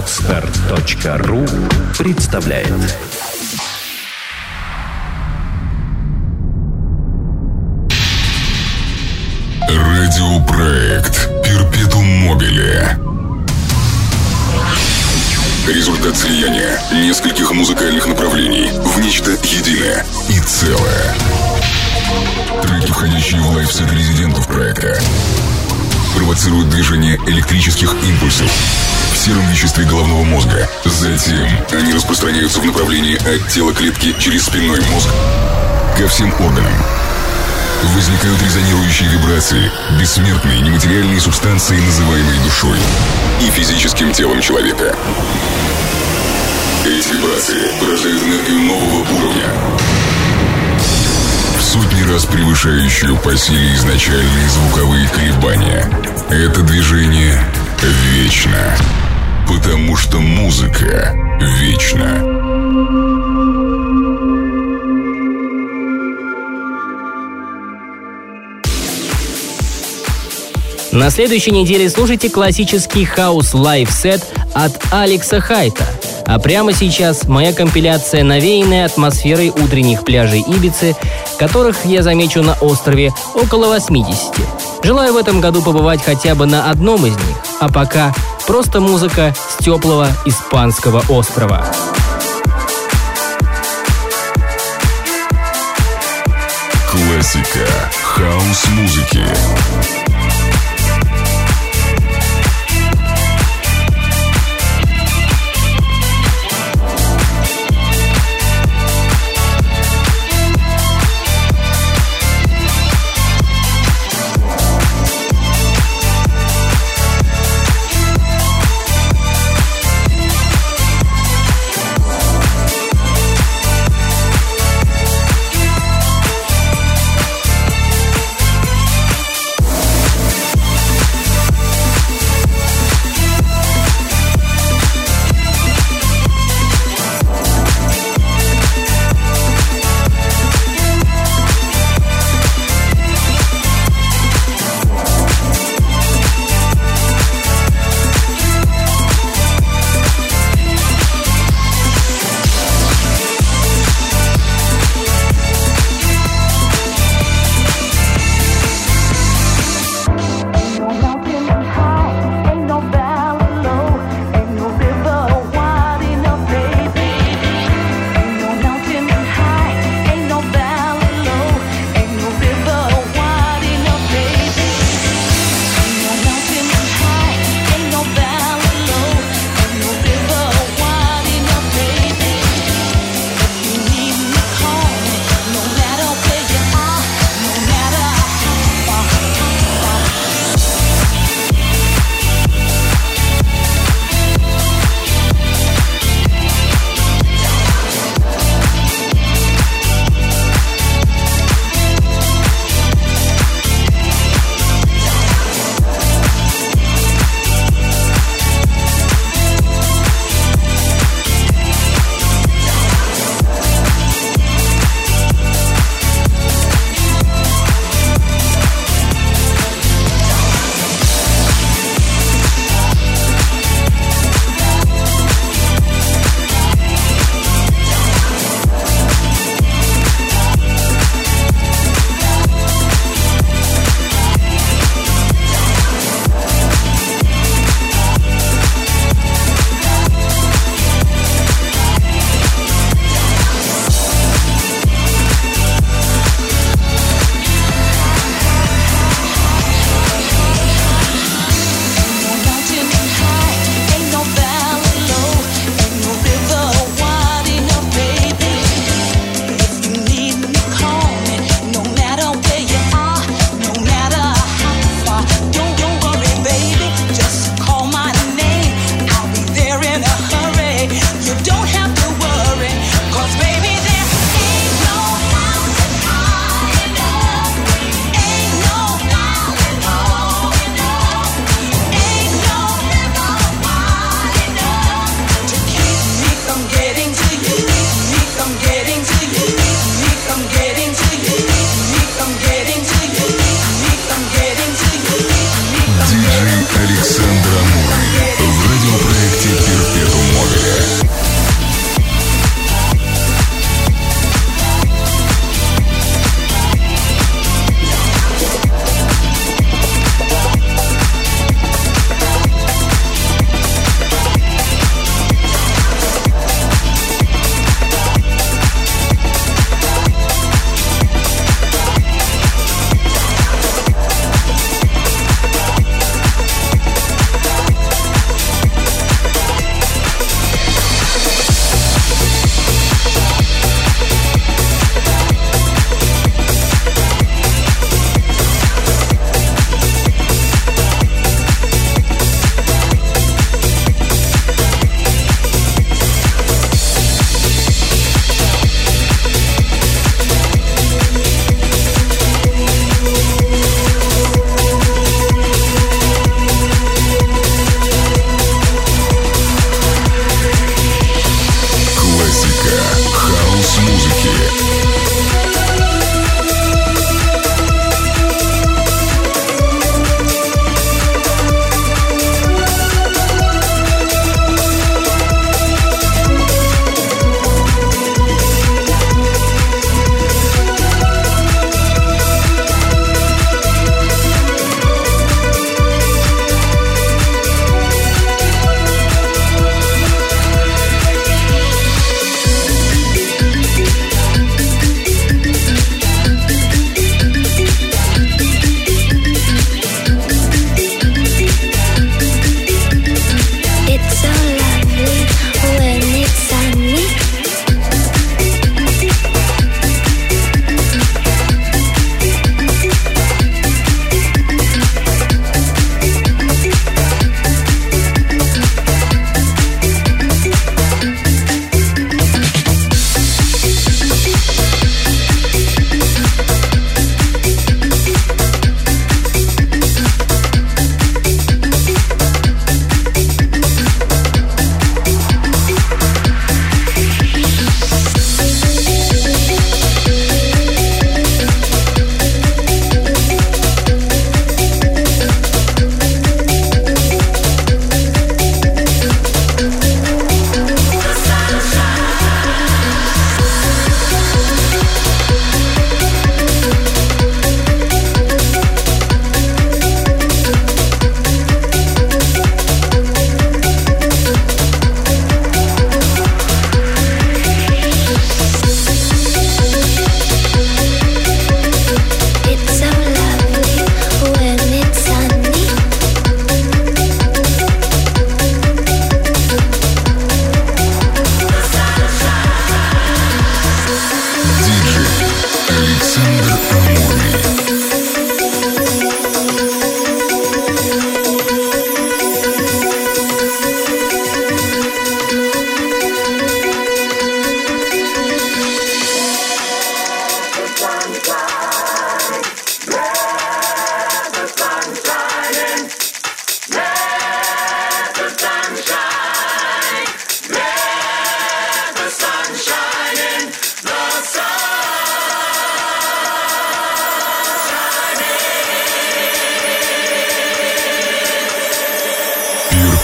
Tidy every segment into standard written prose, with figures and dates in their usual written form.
Podster.ru представляет. Радиопроект Перпетум Мобиле. Результат слияния нескольких музыкальных направлений в нечто единое и целое. Треки, входящие в лайфсет резидентов проекта, провоцируют движение электрических импульсов в сером веществе головного мозга. Затем они распространяются в направлении от тела клетки через спинной мозг ко всем органам. Возникают резонирующие вибрации бессмертной нематериальной субстанции, называемой душой, и физическим телом человека. Эти вибрации порождают энергию нового уровня, в сотни раз превышающую по силе изначальные звуковые колебания. Это движение вечно, потому что музыка вечна. На следующей неделе слушайте классический хаус лайв-сет от Алекса Хайта. А прямо сейчас моя компиляция, навеянная атмосферой утренних пляжей Ибицы, которых, я замечу, на острове около 80. Желаю в этом году побывать хотя бы на одном из них, а пока просто музыка с теплого испанского острова. Классика хаус-музыки.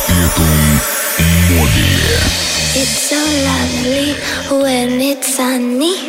Перпетуум мобиле. It's so lovely when it's sunny.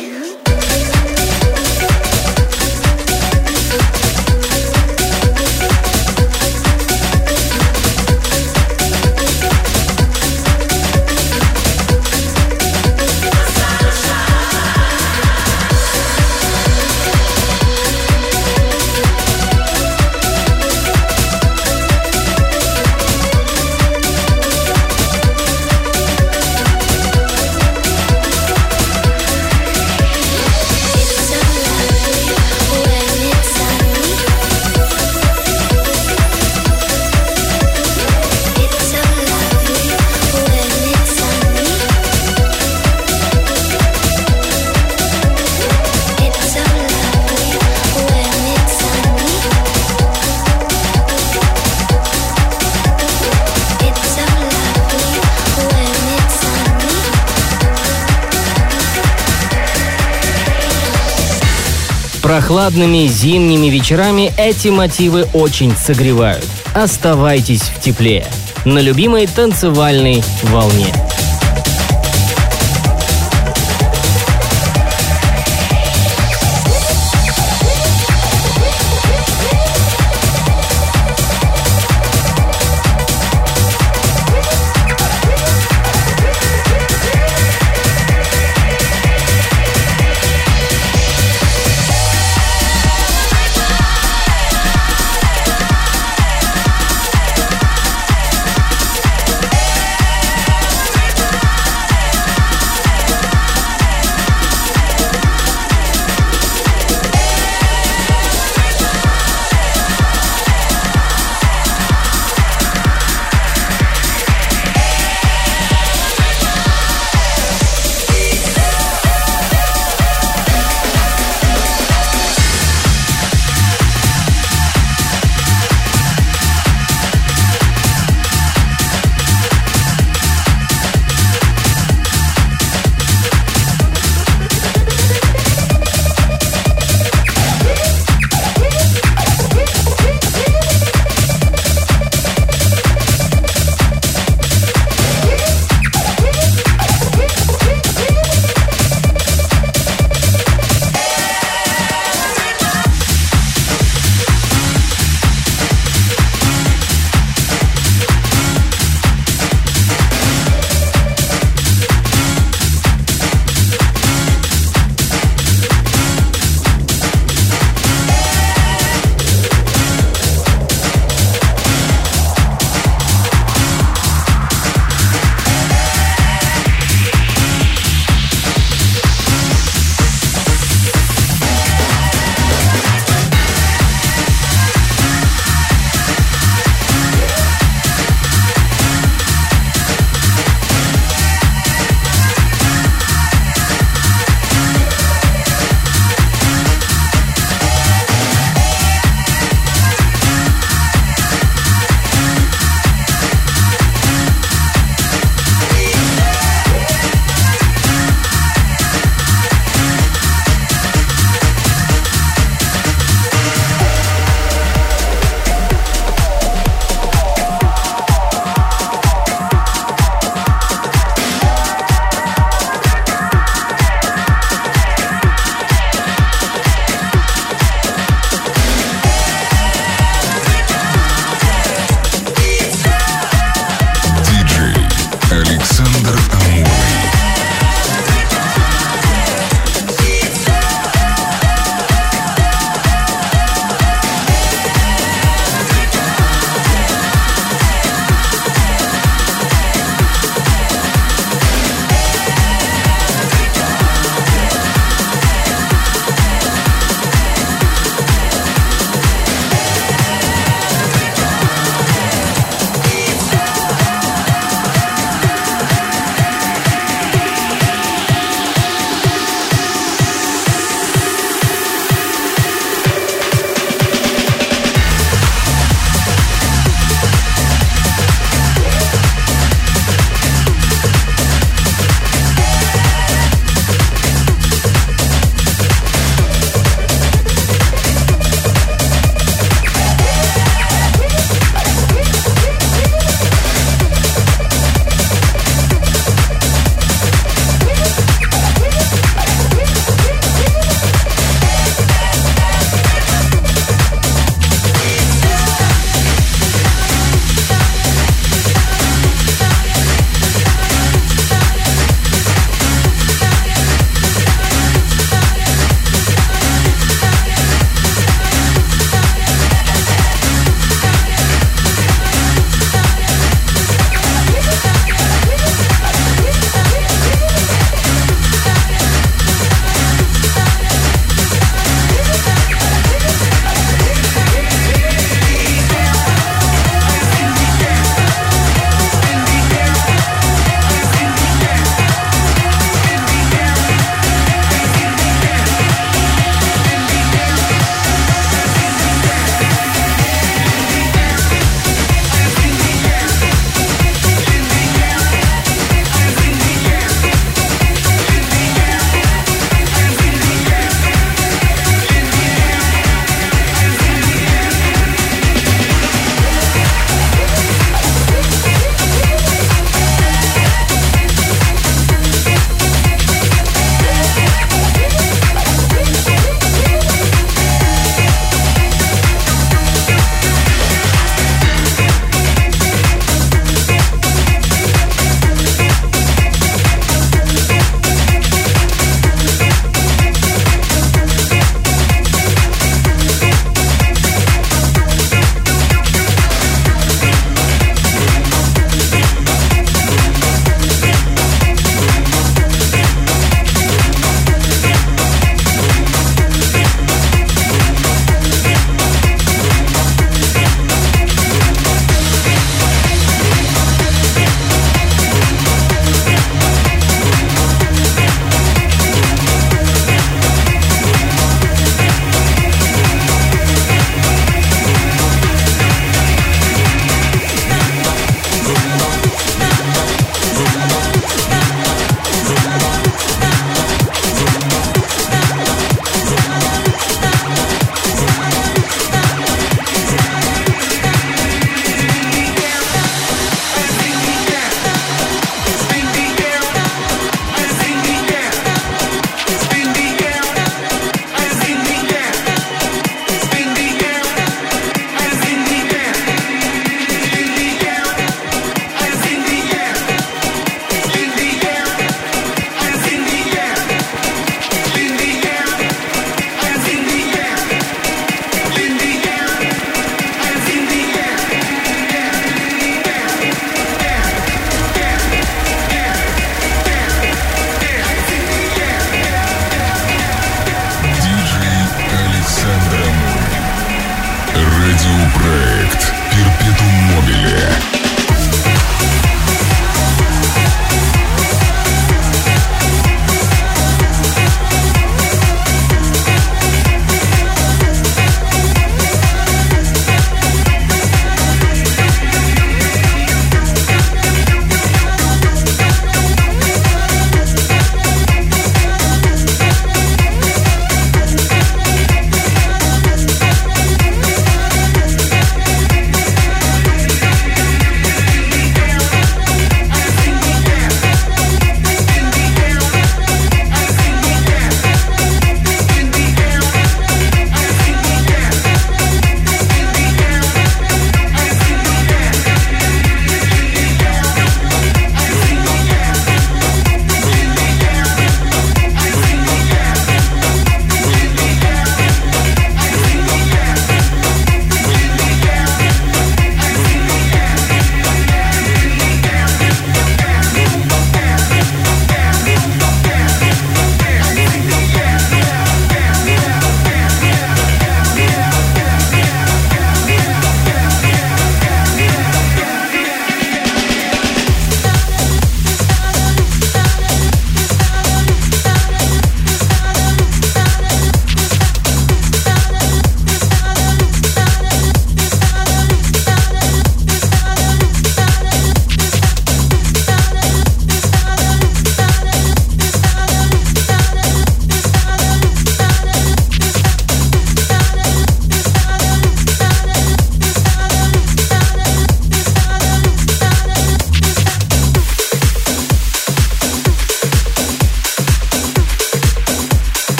Прохладными зимними вечерами эти мотивы очень согревают. Оставайтесь в тепле на любимой танцевальной волне.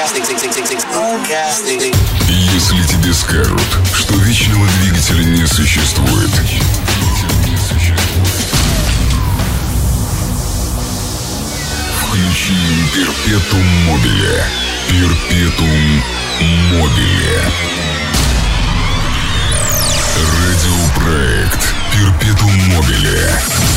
Если тебе скажут, что вечного двигателя не существует, включи Перпетум Мобиле. Перпетум Мобиле. Радиопроект Перпетум Мобиле.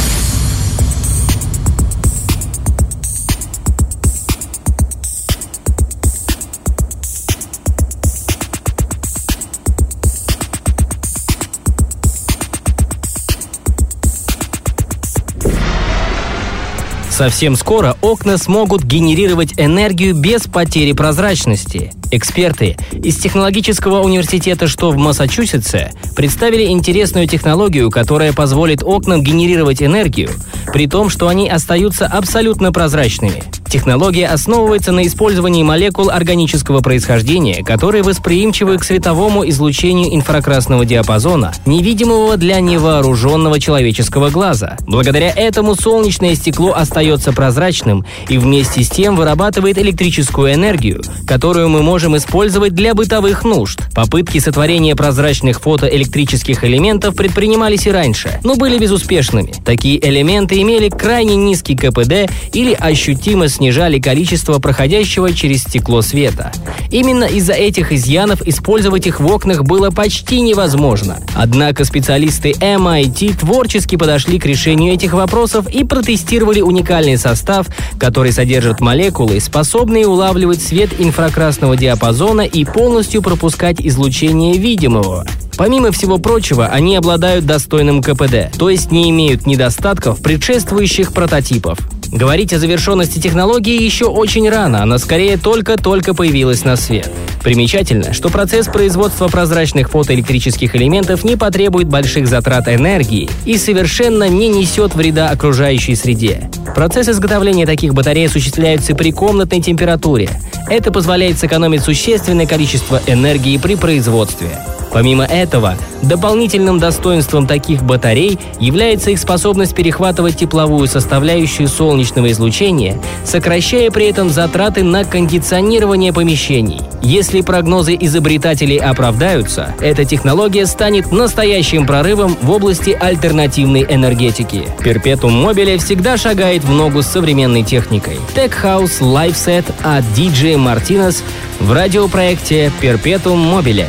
Совсем скоро окна смогут генерировать энергию без потери прозрачности. Эксперты из технологического университета, что в Массачусетсе, представили интересную технологию, которая позволит окнам генерировать энергию, при том, что они остаются абсолютно прозрачными. Технология основывается на использовании молекул органического происхождения, которые восприимчивы к световому излучению инфракрасного диапазона, невидимого для невооруженного человеческого глаза. Благодаря этому солнечное стекло остается прозрачным и вместе с тем вырабатывает электрическую энергию, которую мы можем использовать для бытовых нужд. Попытки сотворения прозрачных фотоэлектрических элементов предпринимались и раньше, но были безуспешными. Такие элементы имели крайне низкий КПД или ощутимо снижали количество проходящего через стекло света. Именно из-за этих изъянов использовать их в окнах было почти невозможно. Однако специалисты MIT творчески подошли к решению этих вопросов и протестировали уникальный состав, который содержит молекулы, способные улавливать свет инфракрасного диапазона и полностью пропускать излучение видимого. Помимо всего прочего, они обладают достойным КПД, то есть не имеют недостатков предшествующих прототипов. Говорить о завершенности технологии еще очень рано, она скорее только-только появилась на свет. Примечательно, что процесс производства прозрачных фотоэлектрических элементов не потребует больших затрат энергии и совершенно не несет вреда окружающей среде. Процесс изготовления таких батарей осуществляется при комнатной температуре. Это позволяет сэкономить существенное количество энергии при производстве. Помимо этого, дополнительным достоинством таких батарей является их способность перехватывать тепловую составляющую солнечного излучения, сокращая при этом затраты на кондиционирование помещений. Если прогнозы изобретателей оправдаются, эта технология станет настоящим прорывом в области альтернативной энергетики. Perpetuum Mobile всегда шагает в ногу с современной техникой. Tech House Live Set от DJ Martinez в радиопроекте Perpetuum Mobile.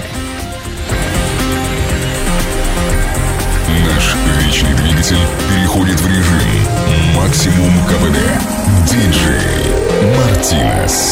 Наш вечный двигатель переходит в режим максимум КПД. DJ Martinez.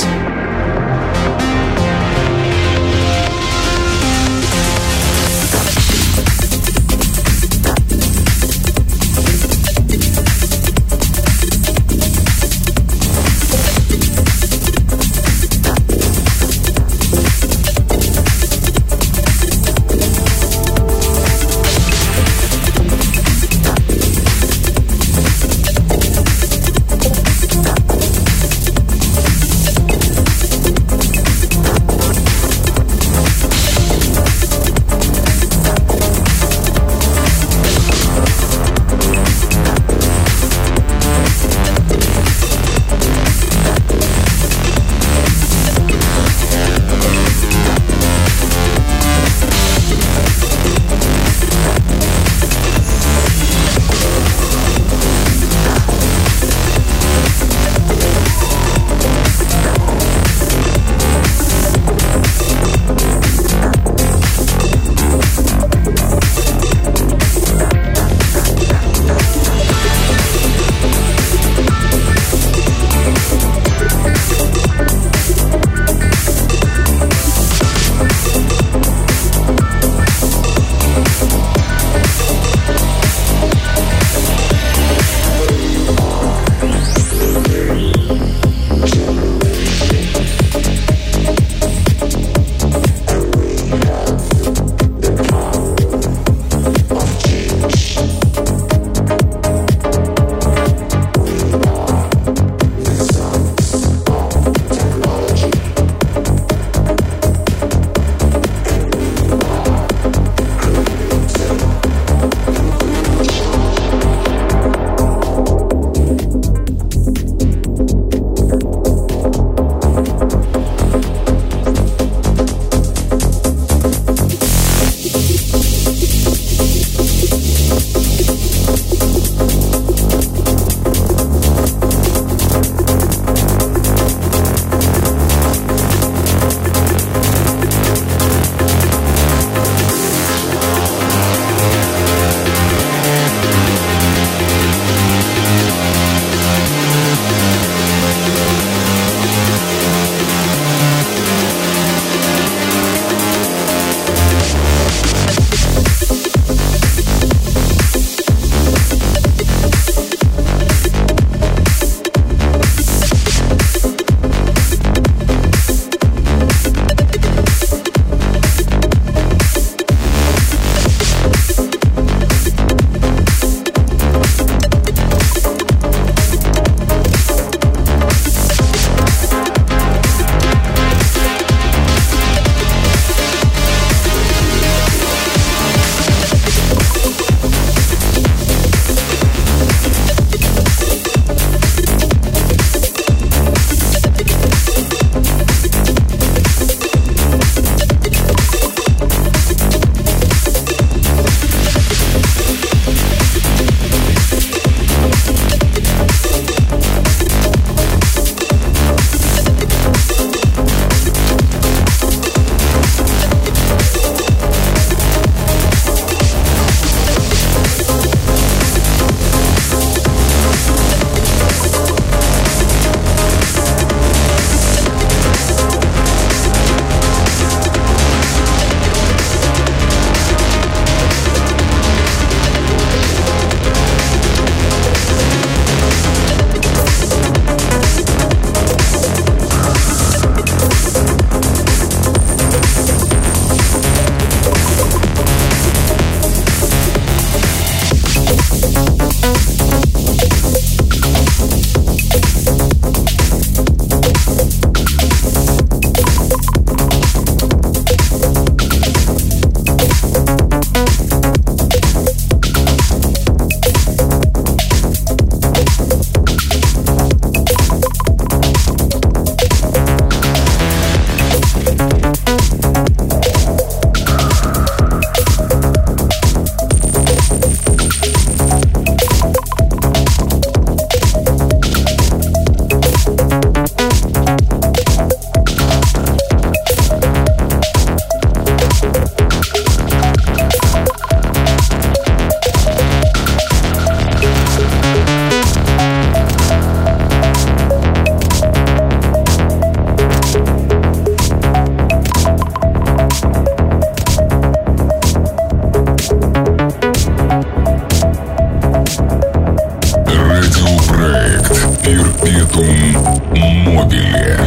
Мобиле.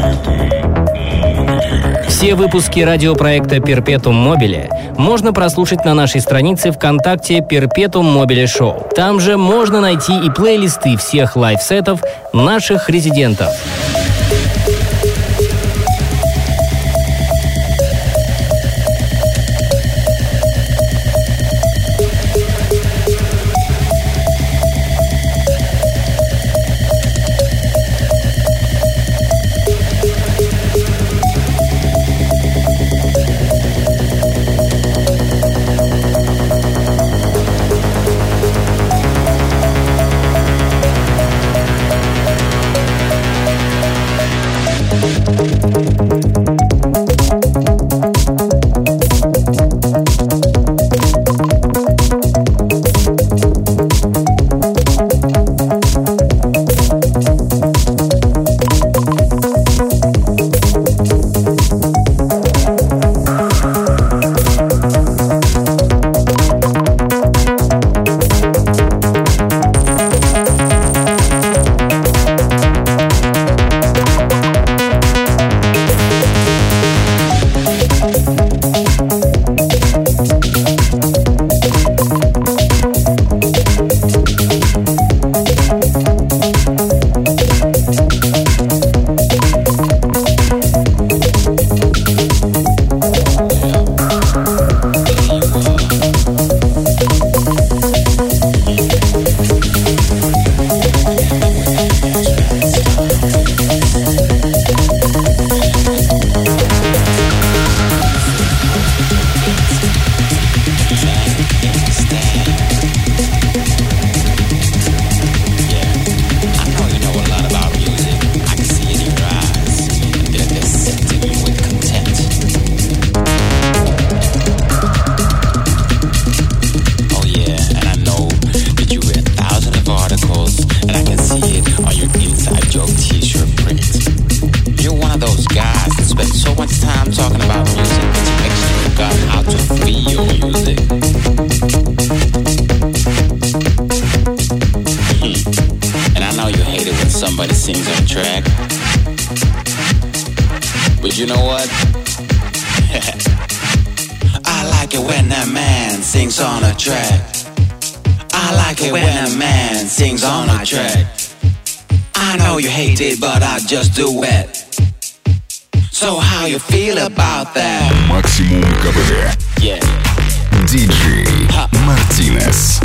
Все выпуски радиопроекта Perpetuum Mobile можно прослушать на нашей странице ВКонтакте Perpetuum Mobile Show. Там же можно найти и плейлисты всех лайв-сетов наших резидентов. Just do it. So how you feel about that? Максимум КПД. Yeah. Диджей Мартинес.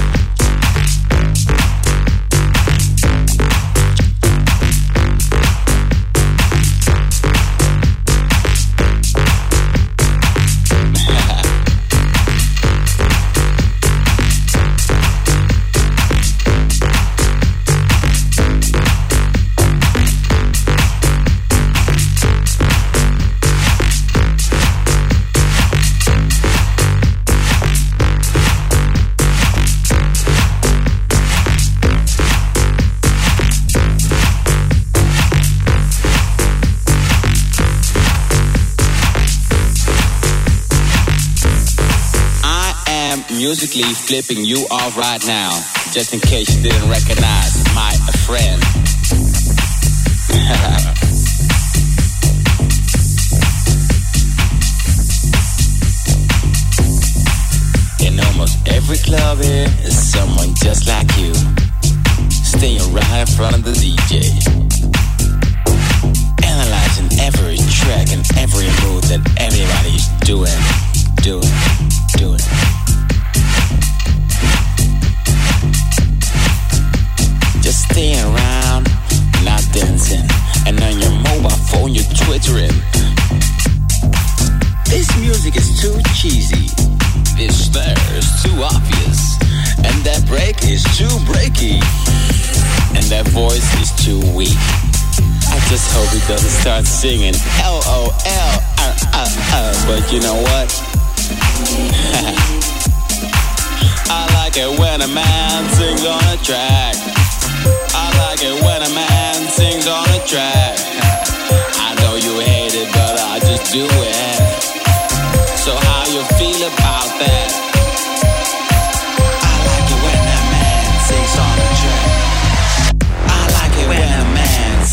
Musically flipping you off right now, just in case you didn't recognize my friend. In almost every club here is someone just like you, staying right in front of the DJ, analyzing every track and every move that everybody's doing. Just staying around, not dancing, and on your mobile phone you're twittering. This music is too cheesy, this snare is too obvious, and that break is too breaky, and that voice is too weak. I just hope he doesn't start singing LOL, but you know what? I like it when a man sings on a track. I like it when a man sings on a track. I know you hate it, but I just do it. So how you feel about that? I like it when a man sings on a track. I like it when a man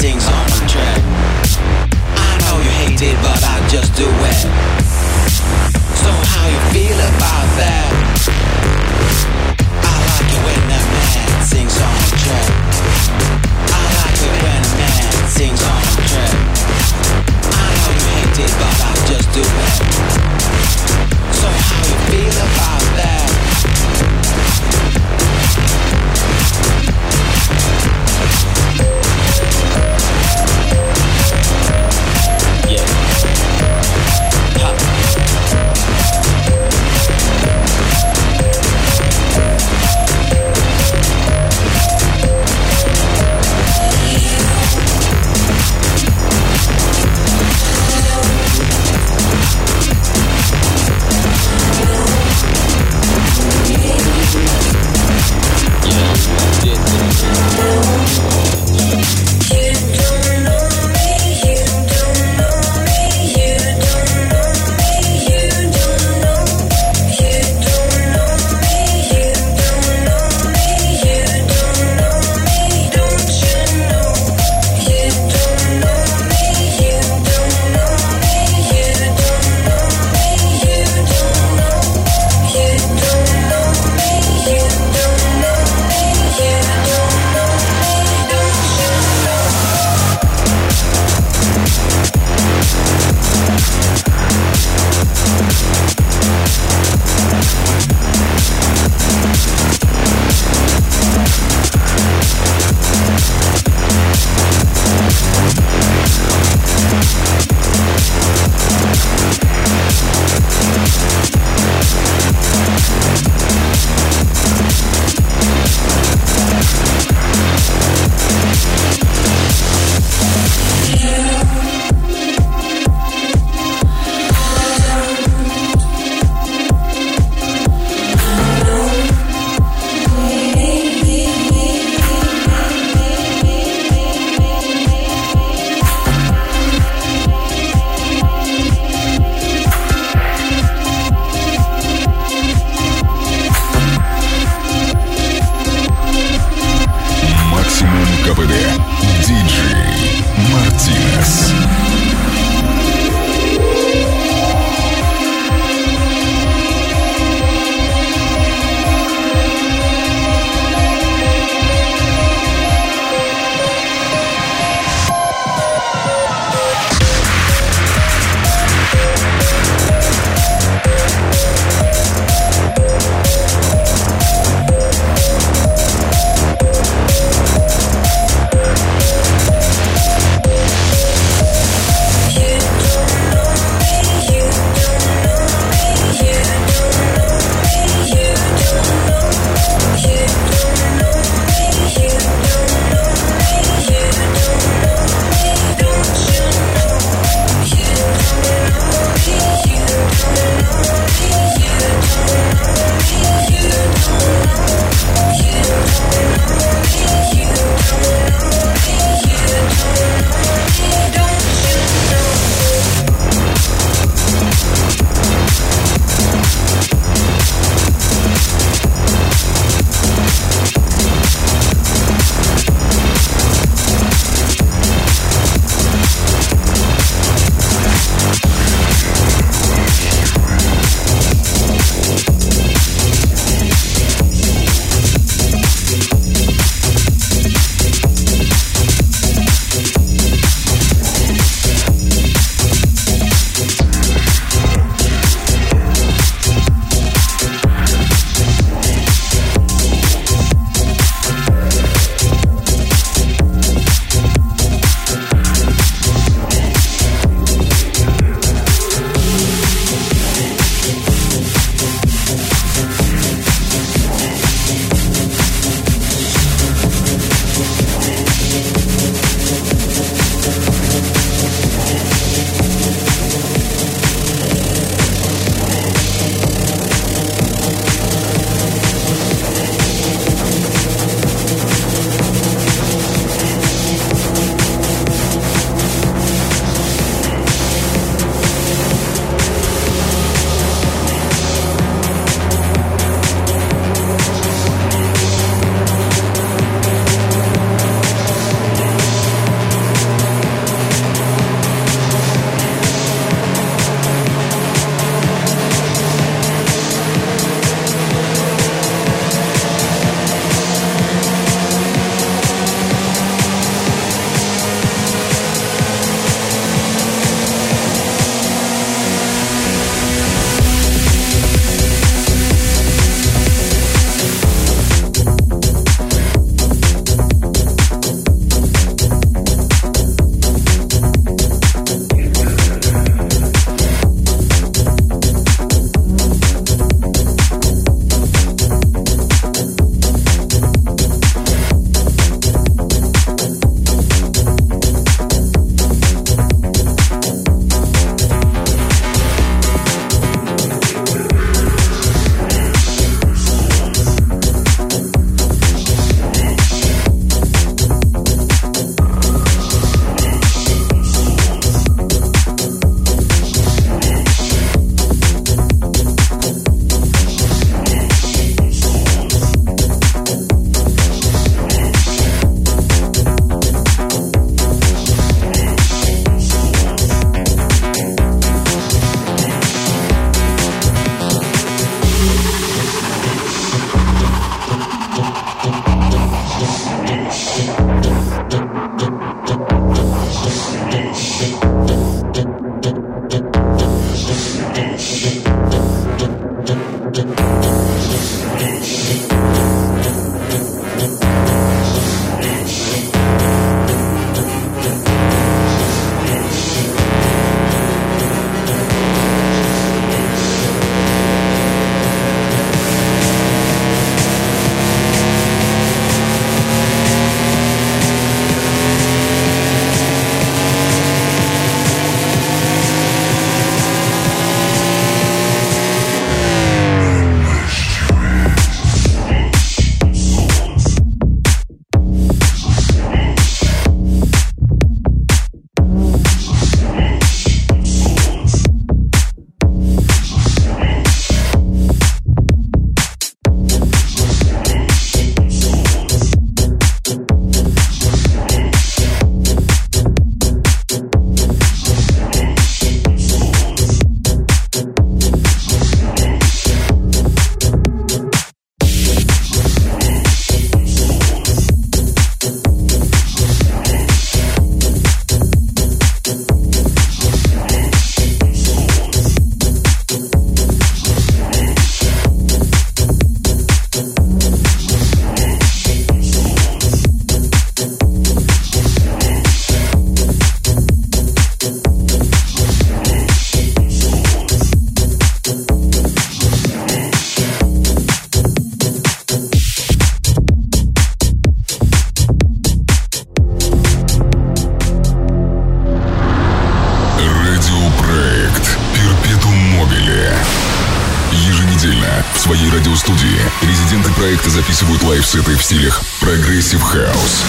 В своей радиостудии резиденты проекта записывают лайв-сеты в стилях прогрессив хаус,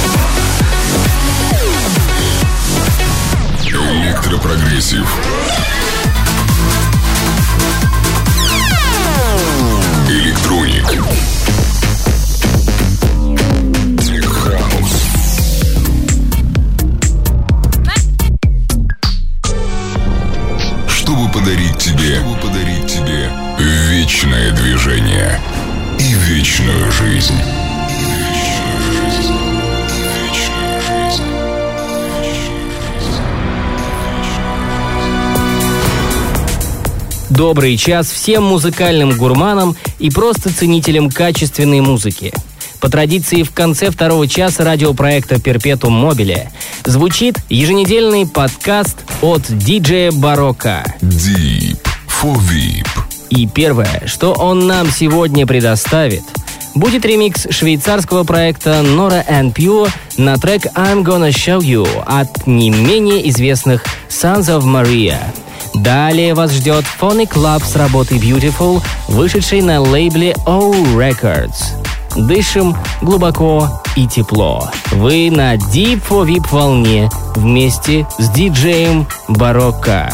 электропрогрессив, электроник, тех-хаус. Чтобы подарить тебе вечное движение и вечную жизнь. Добрый час всем музыкальным гурманам и просто ценителям качественной музыки. По традиции, в конце второго часа радиопроекта Perpetuum mobile звучит еженедельный подкаст от диджея Барокко. Deep for VIP. И первое, что он нам сегодня предоставит, будет ремикс швейцарского проекта Nora and Pure на трек I'm Gonna Show You от не менее известных Sons of Maria. Далее вас ждет Phonic Club с работой Beautiful, вышедшей на лейбле O Records. Дышим глубоко и тепло. Вы на Deep for VIP волне вместе с диджеем Барокко.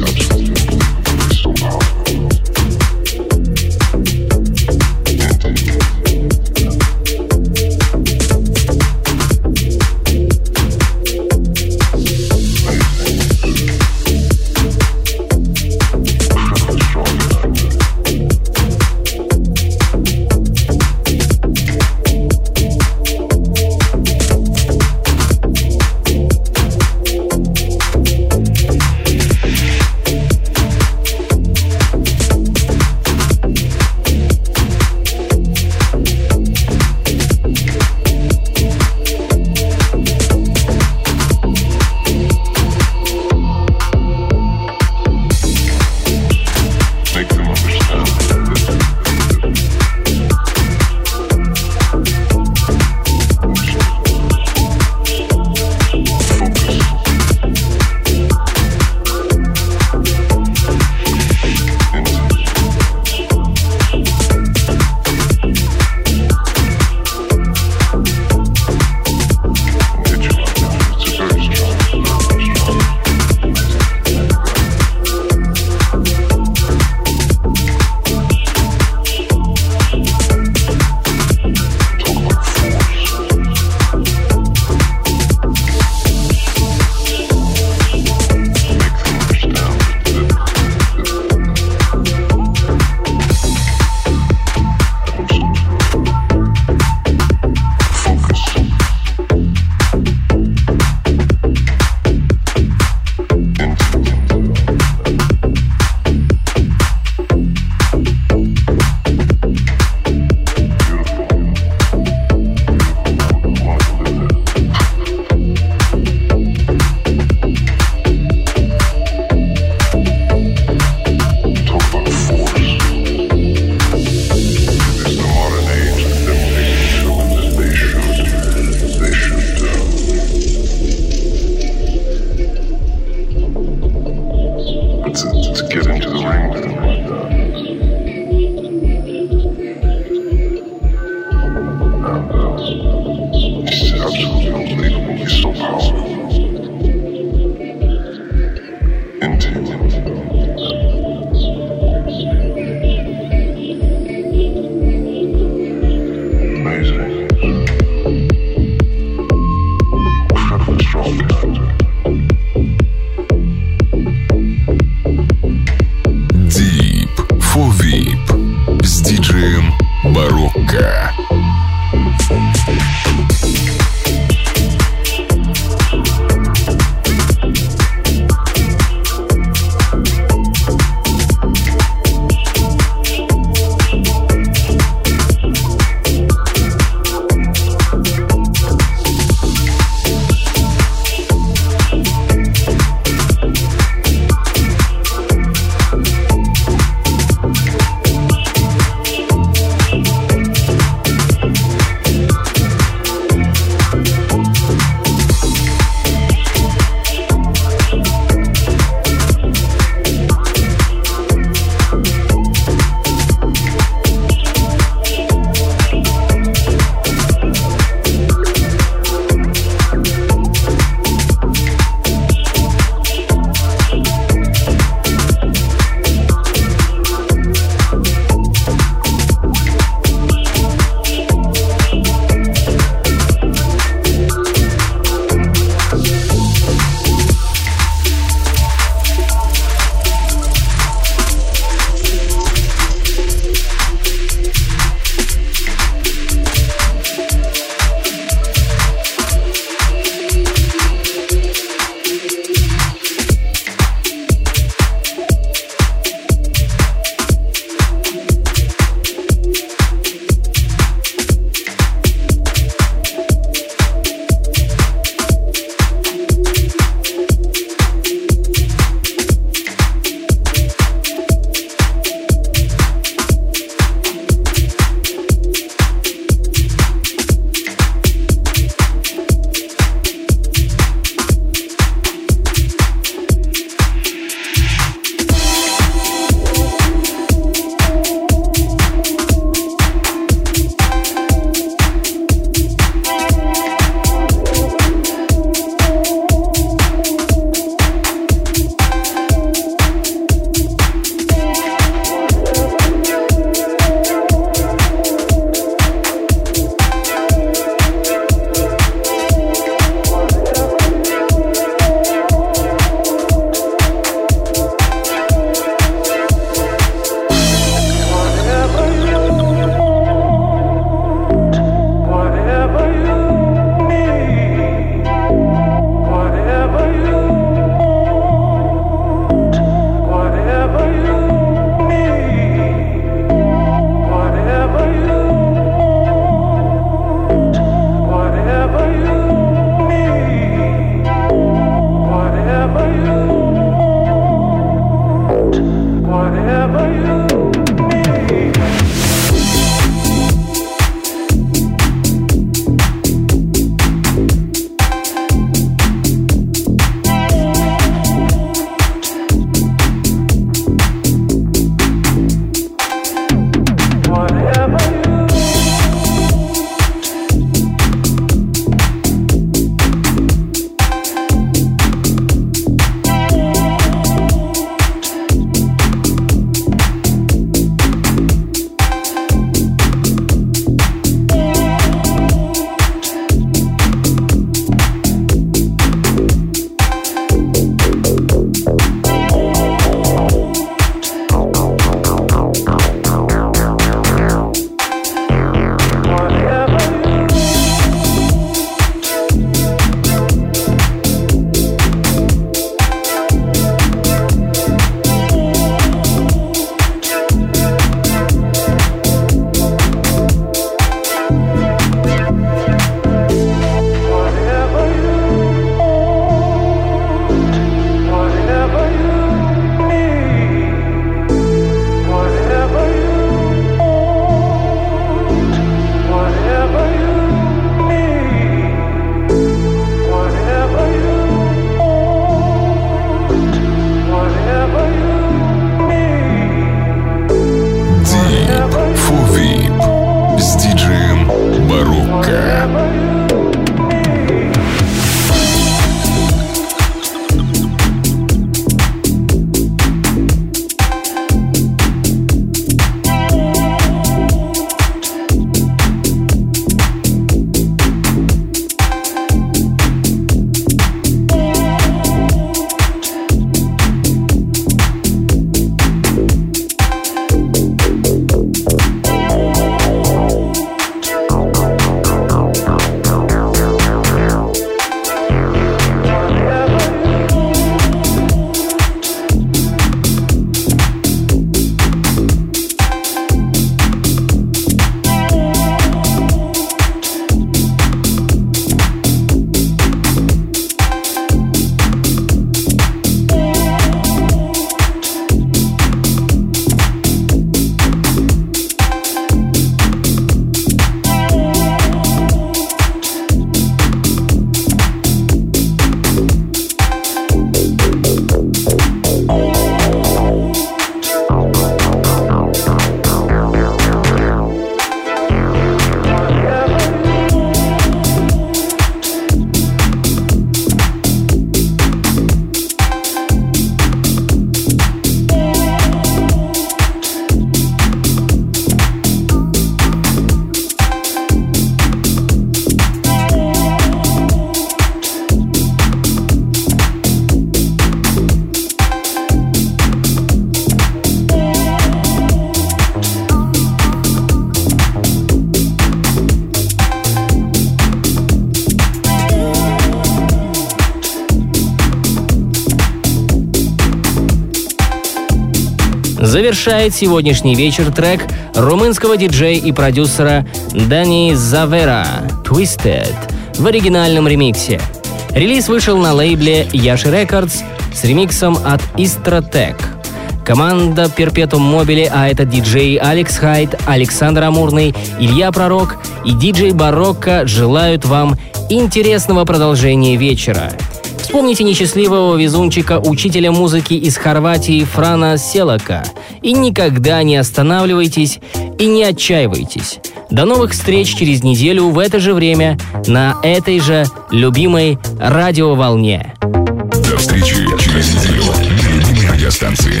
Завершает сегодняшний вечер трек румынского диджея и продюсера Дани Завера «Twisted» в оригинальном ремиксе. Релиз вышел на лейбле Yashi Records с ремиксом от Istratec. Команда Perpetuum Mobile, а это диджей Алекс Хайт, Александр Амурный, Илья Пророк и диджей Барокко желают вам интересного продолжения вечера. Вспомните несчастливого везунчика, учителя музыки из Хорватии Франа Селака. И никогда не останавливайтесь и не отчаивайтесь. До новых встреч через неделю в это же время на этой же любимой радиоволне. До встречи через неделю на любимой радиостанции.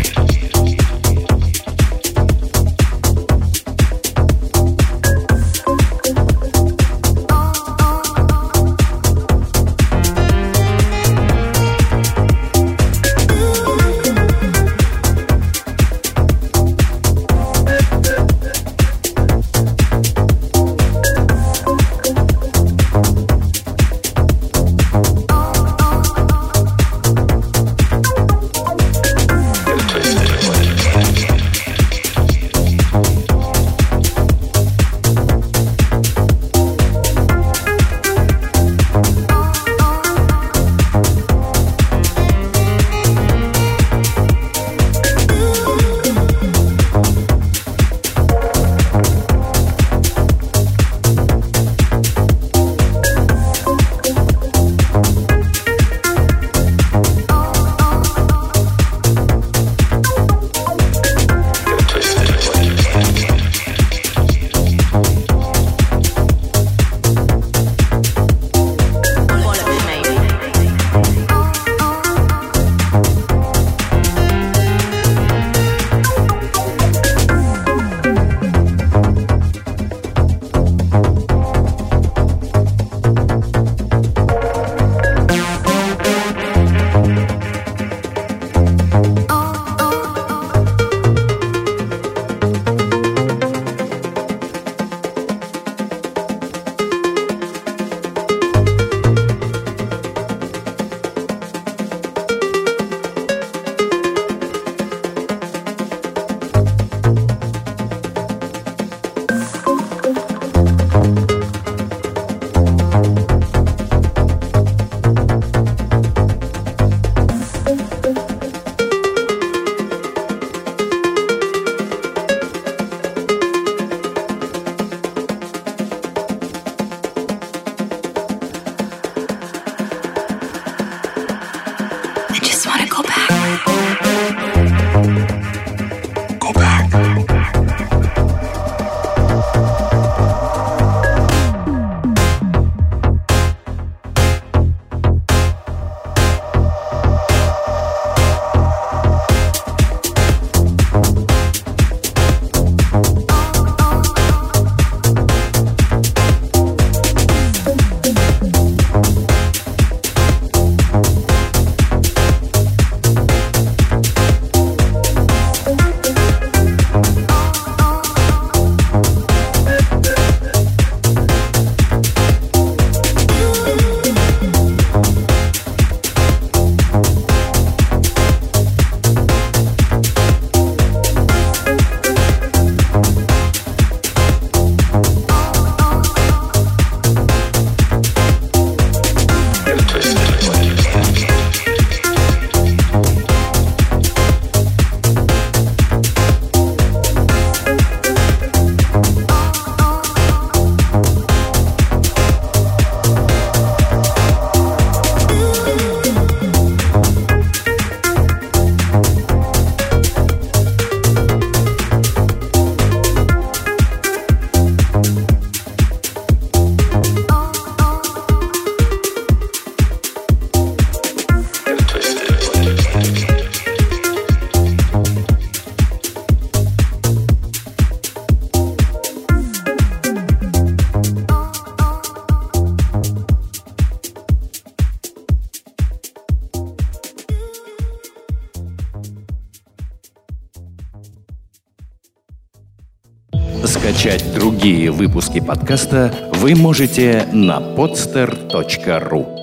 Скачать другие выпуски подкаста вы можете на podster.ru.